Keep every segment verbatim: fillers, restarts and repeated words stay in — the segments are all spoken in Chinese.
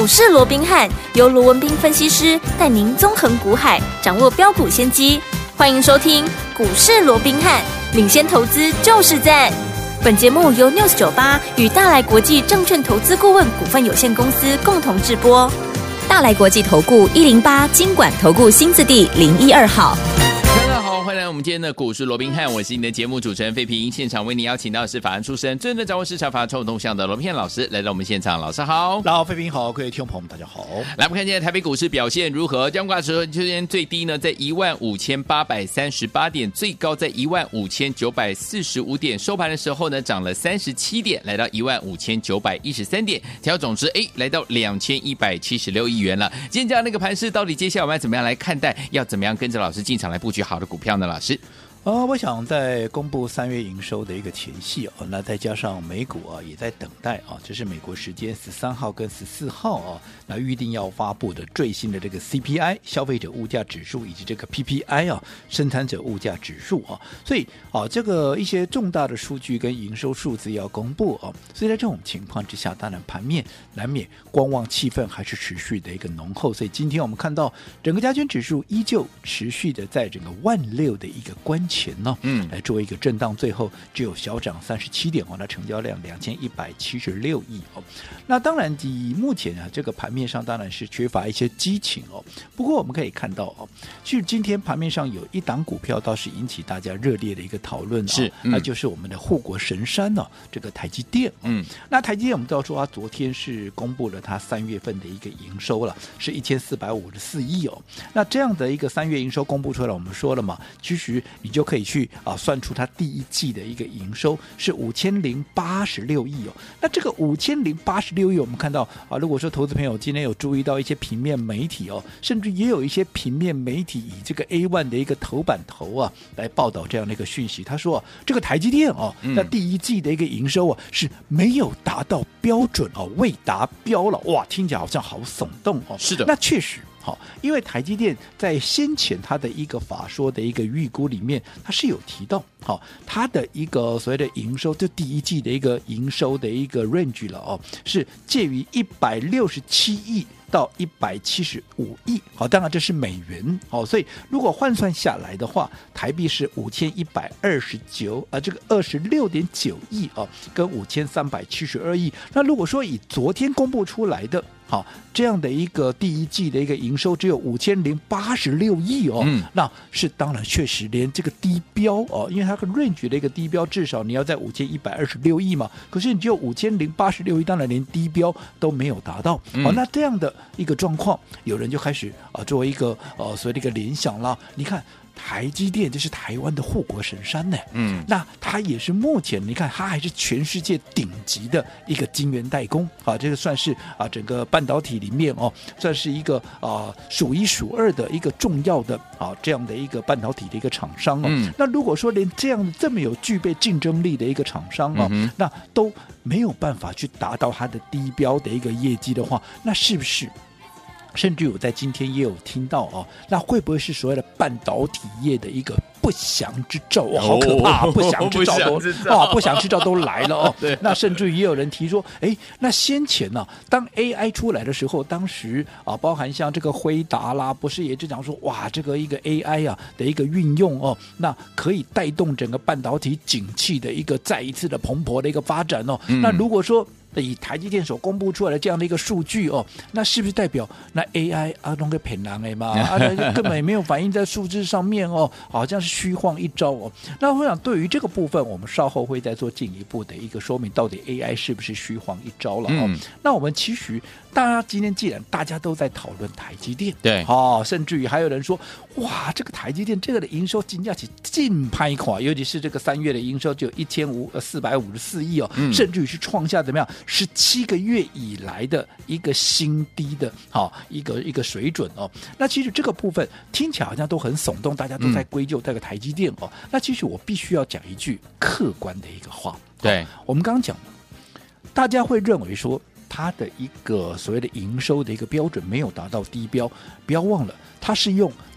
市罗宾汉由罗文彬分析师带您纵横股海，掌握标股先机。欢迎收听股市罗宾汉，领先投资就是赞。本节目由 News 九十八与大来国际证券投资顾问股份有限公司共同制播。大来国际投顾一零八金管投顾新字第零一二号。 大家好，欢迎来我们今天的股市罗宾汉，我是你的节目主持人费平。现场为你邀请到的是法案出身、最能掌握市场法案冲动向的罗宾汉老师来到我们现场，老师好。 老费平好，各位听众朋友们大家好。 来，我们看今天台北股市表现如何？加权指数今天最低呢在一万五千八百三十八点，最高在一万五千九百四十五点，收盘的时候呢涨了三十七点，来到一万五千九百一十三点，成交总值哎来到两千一百七十六亿元了。今天这样的一个盘势，到底接下来我们要怎么样来看待？要怎么样跟着老师进场来布局好的股票呢？老师？ 呃，我想在公布三月营收的一个前夕啊，那再加上美股啊也在等待啊，这是美国时间十三号跟十四号啊，那预定要发布的最新的这个 C P I 消费者物价指数以及这个 P P I 啊生产者物价指数啊，所以啊这个一些重大的数据跟营收数字要公布啊，所以在这种情况之下，当然盘面难免观望气氛还是持续的一个浓厚，所以今天我们看到整个加权指数依旧持续的在整个万六的一个关前呢，嗯，来做一个震荡，最后只有小涨三十七点哦，那成交量两千一百七十六亿哦。那当然，以目前啊这个盘面上当然是缺乏一些激情哦。不过我们可以看到哦，其实今天盘面上有一档股票倒是引起大家热烈的一个讨论、哦，是，那、嗯、就是我们的护国神山呢、哦，这个台积电、哦。嗯，那台积电我们都要说，它昨天是公布了它三月份的一个营收了，是一千四百五十四亿哦。那这样的一个三月营收公布出来，我们说了嘛，其实你就可以去啊算出它第一季的一个营收是五千零八十六亿哦。那这个五千零八十六亿，我们看到啊，如果说投资朋友今天有注意到一些平面媒体哦，甚至也有一些平面媒体以这个 A 一 的一个头版头啊来报道这样的一个讯息，他说、啊、这个台积电哦，那第一季的一个营收啊是没有达到标准哦，未达标了，哇，听起来好像好耸动哦。 是的， 那确实。好，因为台积电在先前它的一个法说的一个预估里面，它是有提到，好，它的一个所谓的营收，就第一季的一个营收的一个 range 了哦，是介于一百六十七亿到一百七十五亿，好，当然这是美元，好，所以如果换算下来的话，台币是五千一百二十九，啊，这个二十六点九亿啊，跟五千三百七十二亿，那如果说以昨天公布出来的。好，这样的一个第一季的一个营收只有五千零八十六亿哦，嗯，那是当然确实连这个低标哦，因为它个 range 的一个低标至少你要在五千一百二十六亿嘛，可是你只有五千零八十六亿，当然连低标都没有达到，嗯、哦，那这样的一个状况，有人就开始啊作为一个呃所谓的一个联想啦，你看。台积电这是台湾的护国神山呢，嗯，那它也是目前你看它还是全世界顶级的一个晶圆代工啊，这个算是啊整个半导体里面哦，算是一个啊数一数二的一个重要的啊这样的一个半导体的一个厂商哦。嗯、那如果说连这样这么有具备竞争力的一个厂商哦，嗯、那都没有办法去达到它的低标的一个业绩的话，那是不是？甚至我在今天也有听到哦，那会不会是所谓的半导体业的一个不祥之兆？哇，好可怕、啊！不祥之兆都啊，不祥之兆都来了哦。那甚至也有人提说，哎，那先前呢、啊，当 A I 出来的时候，当时啊，包含像这个辉达啦，不是也就讲说，哇，这个一个 A I 啊的一个运用哦，那可以带动整个半导体景气的一个再一次的蓬勃的一个发展哦。嗯、那如果说以台积电所公布出来的这样的一个数据哦，那是不是代表那 A I 啊弄个骗人的嘛？啊，根本也没有反映在数字上面哦，好像是虚晃一招哦。那我想对于这个部分，我们稍后会再做进一步的一个说明，到底 A I 是不是虚晃一招了哦？嗯、那我们其实大家今天既然大家都在讨论台积电， 对， 哦，甚至于还有人说，哇，这个台积电这个的营收金价起劲拍垮，尤其是这个三月的营收就有一千五四百五十四亿哦，嗯、甚至于是创下怎么样？十七个月以来的一个新低的，好、哦、一个一个水准哦。那其实这个部分听起来好像都很耸动，大家都在归咎这个台积电哦。嗯、那其实我必须要讲一句客观的一个话， 对、哦、 我们刚刚讲，大家会认为说它的一个所谓的营收的一个标准没有达到低标，不要忘了它是用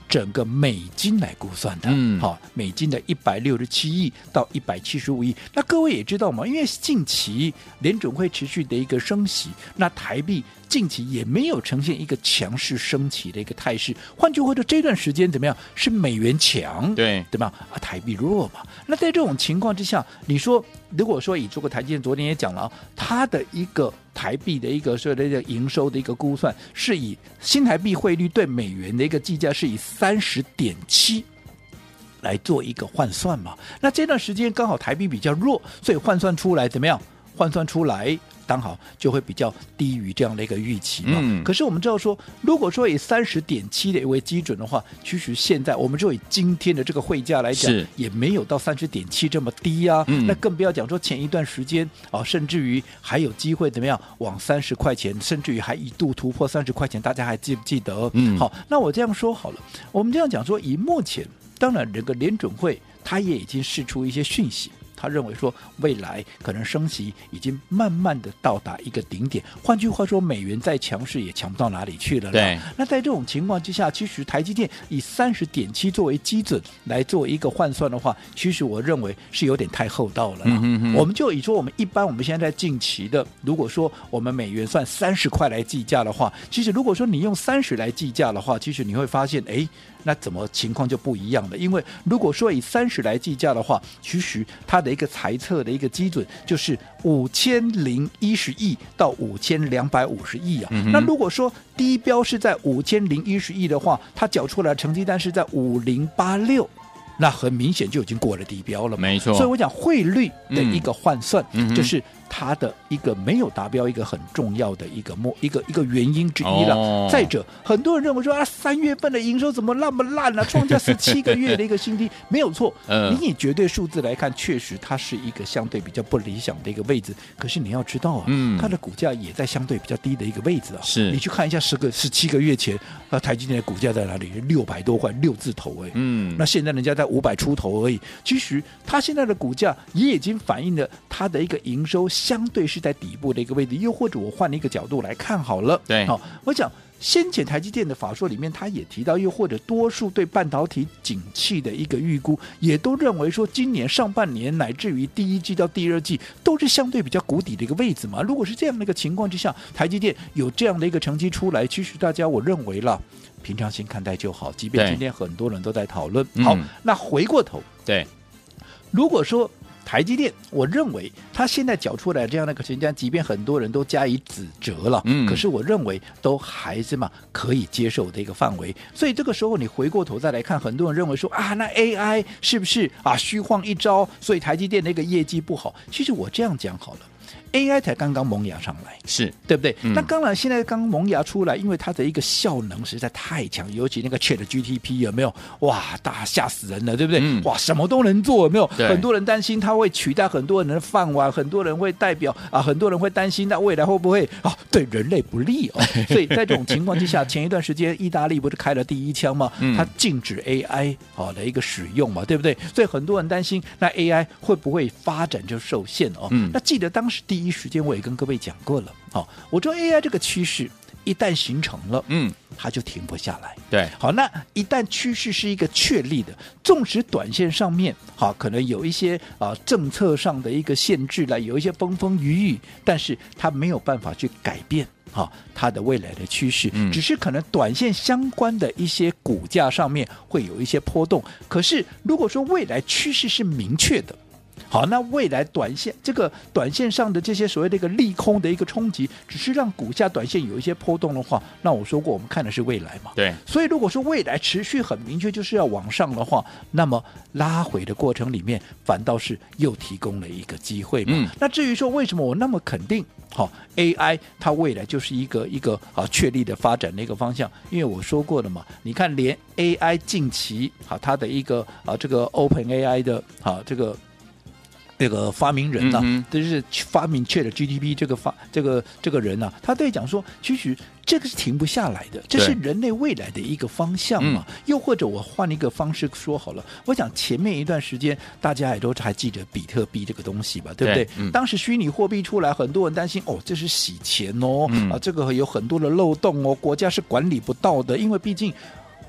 整个美金来估算的， 嗯， 好，美金的一百六十七亿到一百七十五亿。那各位也知道嘛，因为近期联准会持续的一个升息，那台币近期也没有呈现一个强势升起的一个态势。换句话说，这段时间怎么样？是美元强， 对对吧？啊，台币弱嘛。那在这种情况之下，你说如果说以这个台积电昨天也讲了啊，它的一个台币的一个所谓的营收的一个估算，是以新台币汇率对美元的一个计价是以三十点七。来做一个换算嘛，那这段时间刚好台币比较弱，所以换算出来怎么样？换算出来刚好就会比较低于这样的一个预期嘛。嗯、可是我们知道说，如果说以三十点七的为基准的话，其实现在我们就以今天的这个汇价来讲，也没有到三十点七这么低啊。嗯、那更不要讲说前一段时间啊，甚至于还有机会怎么样往三十块钱，甚至于还一度突破三十块钱，大家还记不记得？嗯，好，那我这样说好了，我们这样讲说，以目前。当然，这个联准会他也已经释出一些讯息，他认为说未来可能升息已经慢慢的到达一个顶点。换句话说，美元再强势也强不到哪里去了。 对。 那在这种情况之下，其实台积电以三十点七作为基准来做一个换算的话，其实我认为是有点太厚道了。嗯哼哼。我们就以说我们一般我们现在在近期的，如果说我们美元算三十块来计价的话，其实如果说你用三十来计价的话，其实你会发现，哎。那怎么情况就不一样了？因为如果说以三十来计价的话，其实它的一个财测的一个基准就是五千零一十亿到五千两百五十亿啊。嗯、那如果说低标是在五千零一十亿的话，它缴出来的成绩单是在五零八六。那很明显就已经过了低标了嘛， 没错。 所以我讲汇率的一个换算，嗯、就是它的一个没有达标一个很重要的一个一个一个原因之一了。哦、再者，很多人认为说啊，三月份的营收怎么那么烂啊，创下十七个月的一个新低，没有错。呃、你以绝对数字来看，确实它是一个相对比较不理想的一个位置。可是你要知道啊，嗯、它的股价也在相对比较低的一个位置啊。 是， 你去看一下十个十七个月前，啊，台积电的股价在哪里？六百多块，六字头哎、欸。嗯，那现在人家在五百出头而已。其实它现在的股价也已经反映了它的一个营收相对是在底部的一个位置。又或者我换一个角度来看好了， 对， 好，我讲先前台积电的法说里面，他也提到，又或者多数对半导体景气的一个预估，也都认为说，今年上半年乃至于第一季到第二季都是相对比较谷底的一个位置嘛。如果是这样的一个情况之下，台积电有这样的一个成绩出来，其实大家我认为啦，平常心看待就好。即便今天很多人都在讨论，好，嗯、那回过头， 对， 如果说。台积电，我认为它现在缴出来这样的一个成绩单，即便很多人都加以指责了，嗯，可是我认为都还是嘛可以接受的一个范围。所以这个时候你回过头再来看，很多人认为说啊，那 A I 是不是啊虚晃一招，所以台积电的一个业绩不好？其实我这样讲好了。A I 才刚刚萌芽上来， 是对不对？ 嗯、 那当然，现在刚萌芽出来，因为它的一个效能实在太强，尤其那个 Chat G T P 有没有？哇，大吓死人了，对不对？嗯、哇，什么都能做，有没有？很多人担心它会取代很多人的饭碗，很多人会代表啊，很多人会担心那未来会不会啊对人类不利哦？所以在这种情况之下，前一段时间意大利不是开了第一枪吗？嗯、它禁止 A I 好的一个使用嘛，对不对？所以很多人担心那 A I 会不会发展就受限哦？嗯、那记得当时第一时间我也跟各位讲过了，好，我说 A I 这个趋势一旦形成了，嗯，它就停不下来。 对， 好，那一旦趋势是一个确立的，纵使短线上面，好，可能有一些啊政策上的一个限制了，有一些风风雨雨，但是它没有办法去改变。好，它的未来的趋势，嗯、只是可能短线相关的一些股价上面会有一些波动。可是如果说未来趋势是明确的，好，那未来短线这个短线上的这些所谓的一个利空的一个冲击，只是让股价短线有一些波动的话，那我说过我们看的是未来嘛。 对， 所以如果说未来持续很明确就是要往上的话，那么拉回的过程里面反倒是又提供了一个机会嘛。嗯、那至于说为什么我那么肯定，好 A I 它未来就是一个一个啊确立的发展的一个方向，因为我说过了嘛，你看连 A I 近期啊它的一个啊这个 Open A I 的啊这个。这个发明人啊，嗯、就是发明 Chat G T P 这个发这个这个人啊，他在讲说，其实这个是停不下来的，这是人类未来的一个方向嘛。嗯、又或者我换一个方式说好了，我想前面一段时间大家也都还记得比特币这个东西吧，对不对？对嗯、当时虚拟货币出来，很多人担心哦，这是洗钱哦，嗯、啊，这个有很多的漏洞哦，国家是管理不到的，因为毕竟。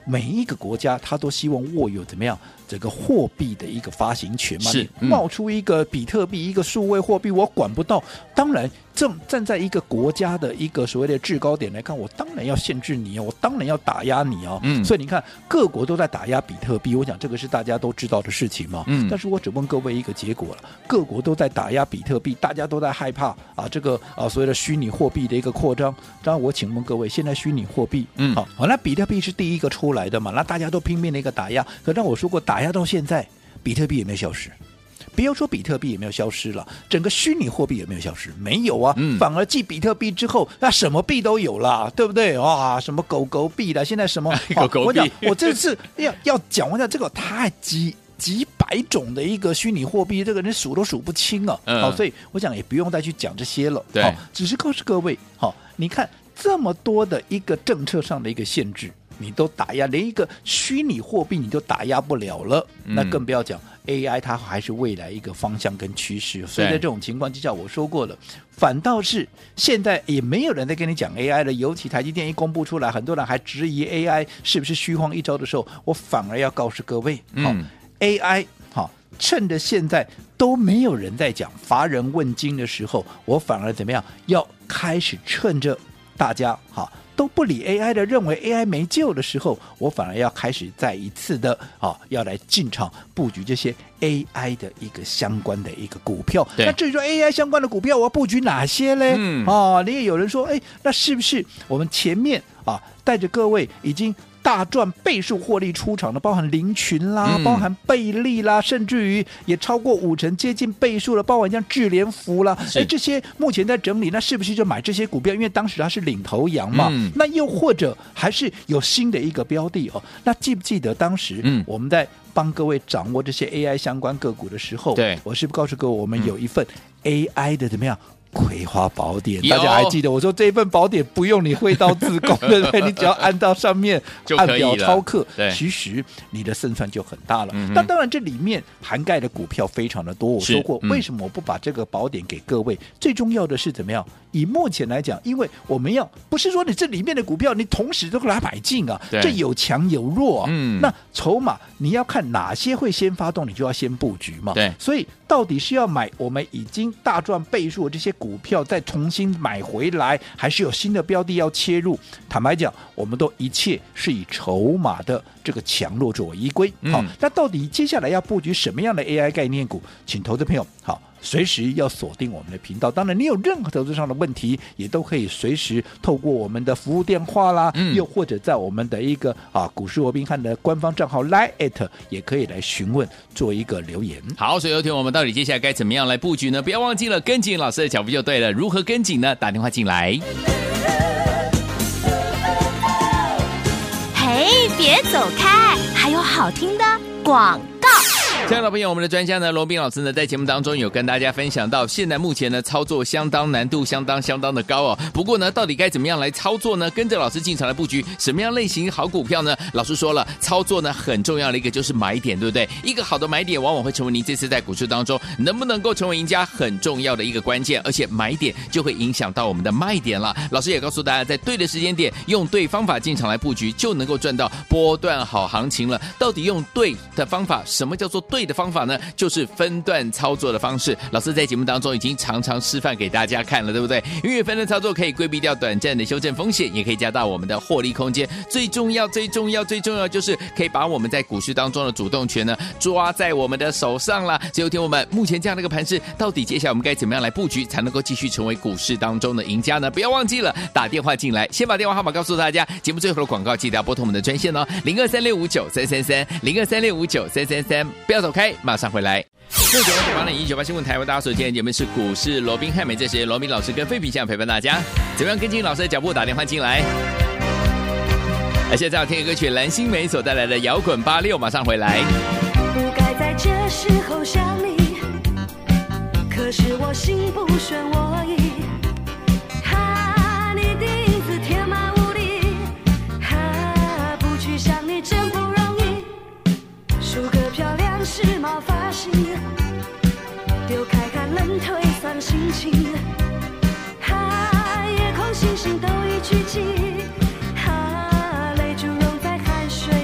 每一个国家它都希望握有怎么样这个货币的一个发行权嘛， 是、 嗯、冒出一个比特币一个数位货币我管不到，当然正站在一个国家的一个所谓的制高点来看，我当然要限制你哦，我当然要打压你哦、嗯、所以你看各国都在打压比特币，我想这个是大家都知道的事情嘛、嗯、但是我只问各位一个结果了，各国都在打压比特币，大家都在害怕啊这个啊所谓的虚拟货币的一个扩张，当然我请问各位，现在虚拟货币嗯好好，那比特币是第一个出来的嘛，那大家都拼命的一个打压，可让我说过打压到现在比特币也没有消失，不要说比特币也没有消失了，整个虚拟货币也没有消失，没有啊、嗯、反而继比特币之后那什么币都有了，对不对？哇，什么狗狗币啦，现在什么狗狗币、啊、 我讲我这次要要讲完了这个太几几百种的一个虚拟货币，这个人数都数不清啊、嗯、好，所以我想也不用再去讲这些了， 对， 好，只是告诉各位，好，你看这么多的一个政策上的一个限制你都打压，连一个虚拟货币你都打压不了了、嗯、那更不要讲 A I 它还是未来一个方向跟趋势，所以在这种情况之下，我说过了，反倒是现在也没有人在跟你讲 A I 了，尤其台积电一公布出来，很多人还质疑 A I 是不是虚晃一招的时候，我反而要告诉各位、嗯哦、A I 好、哦，趁着现在都没有人在讲乏人问津的时候，我反而怎么样，要开始趁着大家好、哦都不理 A I 的，认为 A I 没救的时候，我反而要开始再一次的啊，要来进场布局这些 A I 的一个相关的一个股票。那至于说 A I 相关的股票，我要布局哪些呢？嗯，啊，你也有人说，哎，那是不是我们前面啊带着各位已经大赚倍数获利出场的，包含林群啦、嗯、包含贝利啦，甚至于也超过五成接近倍数了，包含像智联福啦，哎，这些目前在整理，那是不是就买这些股票？因为当时它是领头羊嘛、嗯、那又或者还是有新的一个标的哦？那记不记得当时我们在帮各位掌握这些 A I 相关个股的时候，对，我是不是告诉各位我们有一份 A I 的怎么样葵花宝典，大家还记得我说这一份宝典不用你挥刀自宫对不对？你只要按到上面按表操课，其实你的胜算就很大了。那、嗯、当然这里面涵盖的股票非常的多，我说过、嗯、为什么我不把这个宝典给各位，最重要的是怎么样，以目前来讲，因为我们要不是说你这里面的股票你同时都来买进啊，这有强有弱啊、嗯、那筹码你要看哪些会先发动，你就要先布局嘛。对，所以到底是要买我们已经大赚倍数的这些股票再重新买回来，还是有新的标的要切入？坦白讲，我们都一切是以筹码的这个强弱作为依归。好、嗯，那到底接下来要布局什么样的 A I 概念股？请投资朋友好随时要锁定我们的频道。当然你有任何投资上的问题，也都可以随时透过我们的服务电话啦、嗯、又或者在我们的一个啊股市罗宾汉的官方账号 Line at 也可以来询问，做一个留言。 好，所以有听我们到底接下来该怎么样来布局呢？不要忘记了跟紧老师的脚步就对了。如何跟紧呢？打电话进来。 嘿，别走开，还有好听的广告。 亲爱的朋友，我们的专家呢，罗宾老师呢，在节目当中有跟大家分享到，现在目前呢，操作相当难度相当相当的高哦。不过呢，到底该怎么样来操作呢？跟着老师进场来布局什么样类型好股票呢？老师说了，操作呢很重要的一个就是买点，对不对？一个好的买点往往会成为您这次在股市当中能不能够成为赢家很重要的一个关键，而且买点就会影响到我们的卖点了。老师也告诉大家，在对的时间点，用对方法进场来布局，就能够赚到波段好行情了。到底用对的方法，什么叫做对的方法呢？就是分段操作的方式。老师在节目当中已经常常示范给大家看了，对不对？因为分段操作可以规避掉短暂的修正风险，也可以加大我们的获利空间。最重要最重要最重要就是可以把我们在股市当中的主动权呢抓在我们的手上啦。所以听我们目前这样的一个盘势，到底接下来我们该怎么样来布局才能够继续成为股市当中的赢家呢？不要忘记了打电话进来，先把电话号码告诉大家。节目最后的广告记得要拨通我们的专线哦，零二三六五九三三三，零二三六五九三三三，不要走开，马上回来。六九八零一九八新闻台为大家所见的节目是股市罗宾汉美，这时罗宾老师跟费比相陪伴大家，怎么样跟进老师的脚步？打电话进来。而现在要听的歌曲蓝心湄所带来的摇滚八六，马上回来。 不该在这时候想你，可是我心不顺我意，哈，你的影子天马无力，哈，不去想你真不容易，梳个漂亮时髦发型，丢开看冷退散心情，哈，夜空星星都已聚集，哈，泪珠融在汗水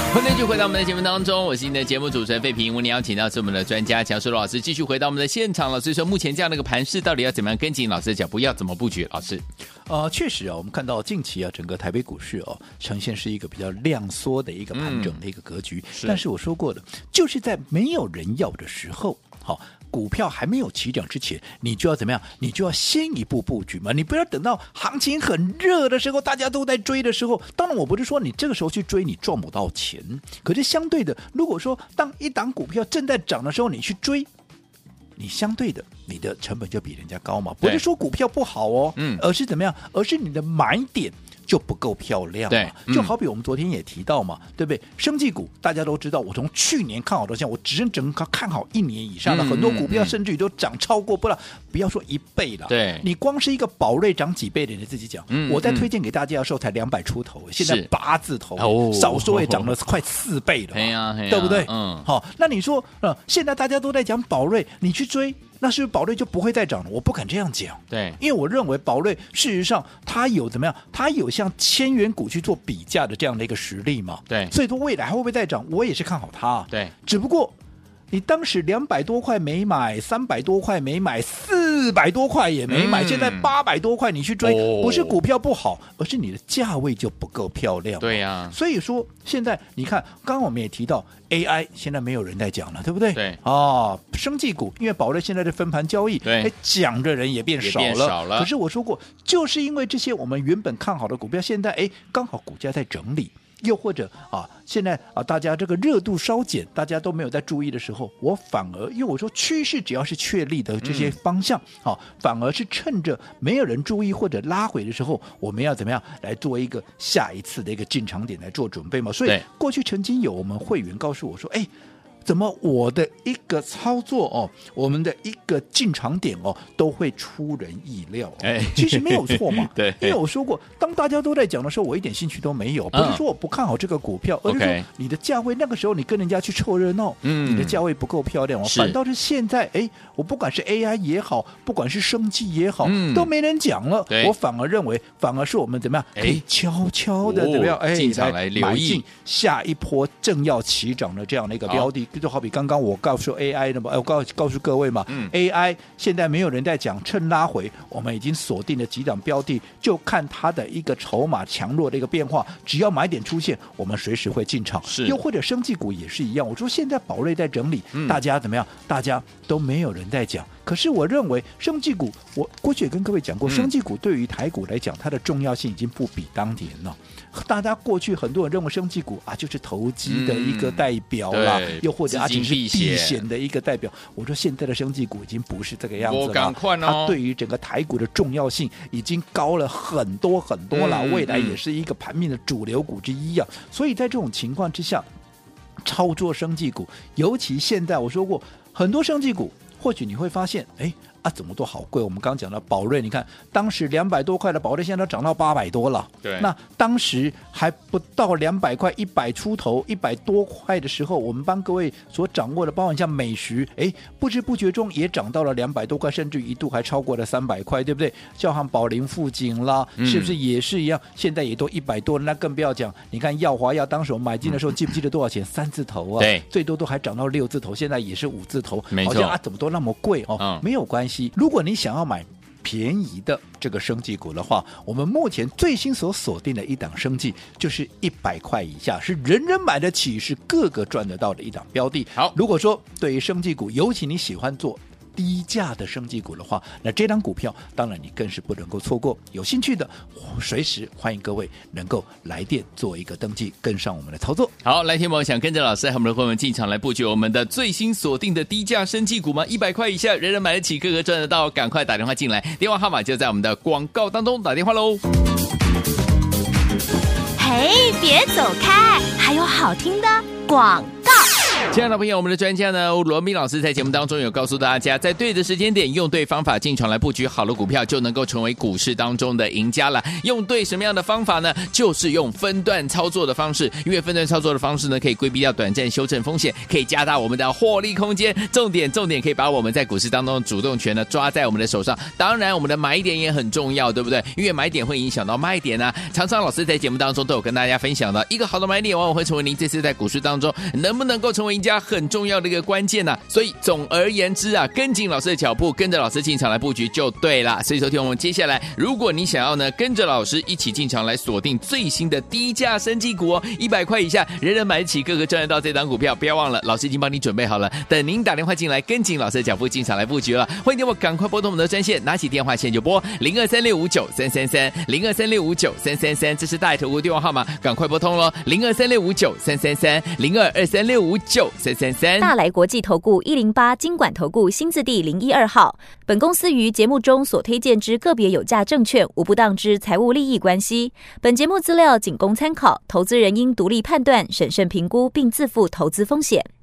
欢迎继续回到我们的节目当中，我是您的节目主持人费平。我们邀请到是我们的专家强叔罗老师，继续回到我们的现场了。所以说，目前这样的一个盘势，到底要怎么样跟紧老师的脚步，要怎么布局？老师， 呃，确实啊，我们看到近期啊，整个台北股市哦，呈现是一个比较量缩的一个盘整的一个格局。嗯、是但是我说过的，就是在没有人要的时候，好、哦。股票还没有起涨之前，你就要怎么样？你就要先一步布局嘛。你不要等到行情很热的时候，大家都在追的时候。当然，我不是说你这个时候去追，你赚不到钱。可是相对的，如果说当一档股票正在涨的时候，你去追，你相对的你的成本就比人家高嘛。不是说股票不好哦，嗯，而是怎么样？而是你的买点就不够漂亮嘛。嗯、就好比我们昨天也提到嘛，对不对？生技股大家都知道，我从去年看好到现在，我只整看好一年以上的、嗯、很多股票，甚至于都涨超过不了，不要说一倍了。 对， 你光是一个宝瑞涨几倍的，你自己讲。嗯、我在推荐给大家的时候才两百出头，现在八字头，哦、少说也涨了快四倍了， 对呀， 对不对？ 嗯， 好，那你说，呃，现在大家都在讲宝瑞，你去追。那是不是宝瑞就不会再涨了？我不敢这样讲， 对， 因为我认为宝瑞事实上它有怎么样？它有像千元股去做比价的这样的一个实力嘛， 对， 所以说未来还会不会再涨？我也是看好它， 对， 只不过你当时两百多块没买，三百多块没买，四百多块也没买，嗯、现在八百多块你去追，哦、不是股票不好，而是你的价位就不够漂亮。 对呀、啊， 所以说现在你看，刚刚我们也提到 A I， 现在没有人在讲了，对不对？ 对哦，生技股，因为宝瑞现在的分盘交易， 对， 讲的人也变少了。 也变少了。 可是我说过，就是因为这些我们原本看好的股票，现在哎，刚好股价在整理。又或者啊，现在啊，大家这个热度稍减，大家都没有在注意的时候，我反而因为我说趋势只要是确立的这些方向，好、嗯啊，反而是趁着没有人注意或者拉回的时候，我们要怎么样来做一个下一次的一个进场点来做准备嘛？所以过去曾经有我们会员告诉我说，哎。怎么我的一个操作哦，我们的一个进场点哦，都会出人意料、哦哎、其实没有错嘛。 对， 因为我说过，当大家都在讲的时候，我一点兴趣都没有。不是说我不看好这个股票，嗯、而是说你的价位那个时候你跟人家去凑热闹，嗯，你的价位不够漂亮哦。反倒是现在，哎，我不管是 A I 也好，不管是生技也好，嗯、都没人讲了。我反而认为，反而是我们怎么样可以悄悄的、哦、怎么样，哎， 进场来留意下一波正要起涨的这样的一个标的。就好比刚刚我告诉 A I 的嘛，我告告诉各位嘛、嗯、，A I 现在没有人在讲，趁拉回，我们已经锁定了几档标的，就看它的一个筹码强弱的一个变化，只要买点出现，我们随时会进场。 是， 又或者生技股也是一样。我说现在宝瑞在整理，嗯、大家怎么样？大家都没有人在讲。可是我认为生技股，我过去也跟各位讲过，嗯、生技股对于台股来讲，它的重要性已经不比当年了。大家过去很多人认为生技股啊就是投机的一个代表啦，嗯、又或者啊只是避险的一个代表。我说现在的生技股已经不是这个样子了， 哦、 它对于整个台股的重要性已经高了很多很多了，嗯、未来也是一个盘面的主流股之一啊。所以在这种情况之下，操作生技股，尤其现在我说过很多生技股，或许你会发现，哎。啊，怎么都好贵？我们刚刚讲到宝瑞，你看当时两百多块的宝瑞，现在都涨到八百多了。 对， 那当时还不到两百块，一百出头，一百多块的时候，我们帮各位所掌握的，包含像美食，哎，不知不觉中也涨到了两百多块，甚至一度还超过了三百块，对不对？就像宝林富锦啦，嗯、是不是也是一样？现在也都一百多了，那更不要讲。你看耀华药当时我买进的时候，嗯、记不记得多少钱？三字头啊， 对， 最多都还涨到六字头，现在也是五字头， 没错。 好像啊，怎么都那么贵哦？ 嗯、 没有关系。如果你想要买便宜的这个生技股的话，我们目前最新所锁定的一档生技就是一百块以下，是人人买得起，是各个赚得到的一档标的。 好， 如果说对于生技股，尤其你喜欢做低价的生技股的话，那这档股票当然你更是不能够错过。有兴趣的，随时欢迎各位能够来电做一个登记，跟上我们的操作。 好，来天宝想跟着老师和我们的会员进场来布局我们的最新锁定的低价生技股吗？一百块以下，人人买得起，个个赚得到，赶快打电话进来，电话号码就在我们的广告当中，打电话喽。 嘿，别走开，还有好听的广告。 亲爱的朋友，我们的专家呢，罗斌老师在节目当中有告诉大家，在对的时间点，用对方法进场来布局好的股票，就能够成为股市当中的赢家了。用对什么样的方法呢？就是用分段操作的方式，因为分段操作的方式呢，可以规避掉短暂修正风险，可以加大我们的获利空间。重点重点可以把我们在股市当中的主动权呢抓在我们的手上。当然，我们的买点也很重要，对不对？因为买点会影响到卖点啊。常常老师在节目当中都有跟大家分享到，一个好的买点往往会成为您这次在股市当中能不能够成为赢家很重要的一个关键啊。所以总而言之啊，跟紧老师的脚步，跟着老师进场来布局就对了。所以收听我们接下来，如果你想要呢跟着老师一起进场来锁定最新的低价生技股哦，一百块以下人人买得起，个个赚得到这档股票，不要忘了，老师已经帮你准备好了，等您打电话进来跟紧老师的脚步进场来布局了。欢迎电话赶快拨通我们的专线，拿起电话线就拨零二三六五九三三三零二三六五九三三三，这是大头屋电话号码，赶快拨通咯，零二三六五九三三三零二二三六五九三三三。 大来国际投顾一零八金管投顾新字第零一二号。本公司于节目中所推荐之个别有价证券，无不当之财务利益关系。本节目资料仅供参考，投资人应独立判断、审慎评估，并自负投资风险。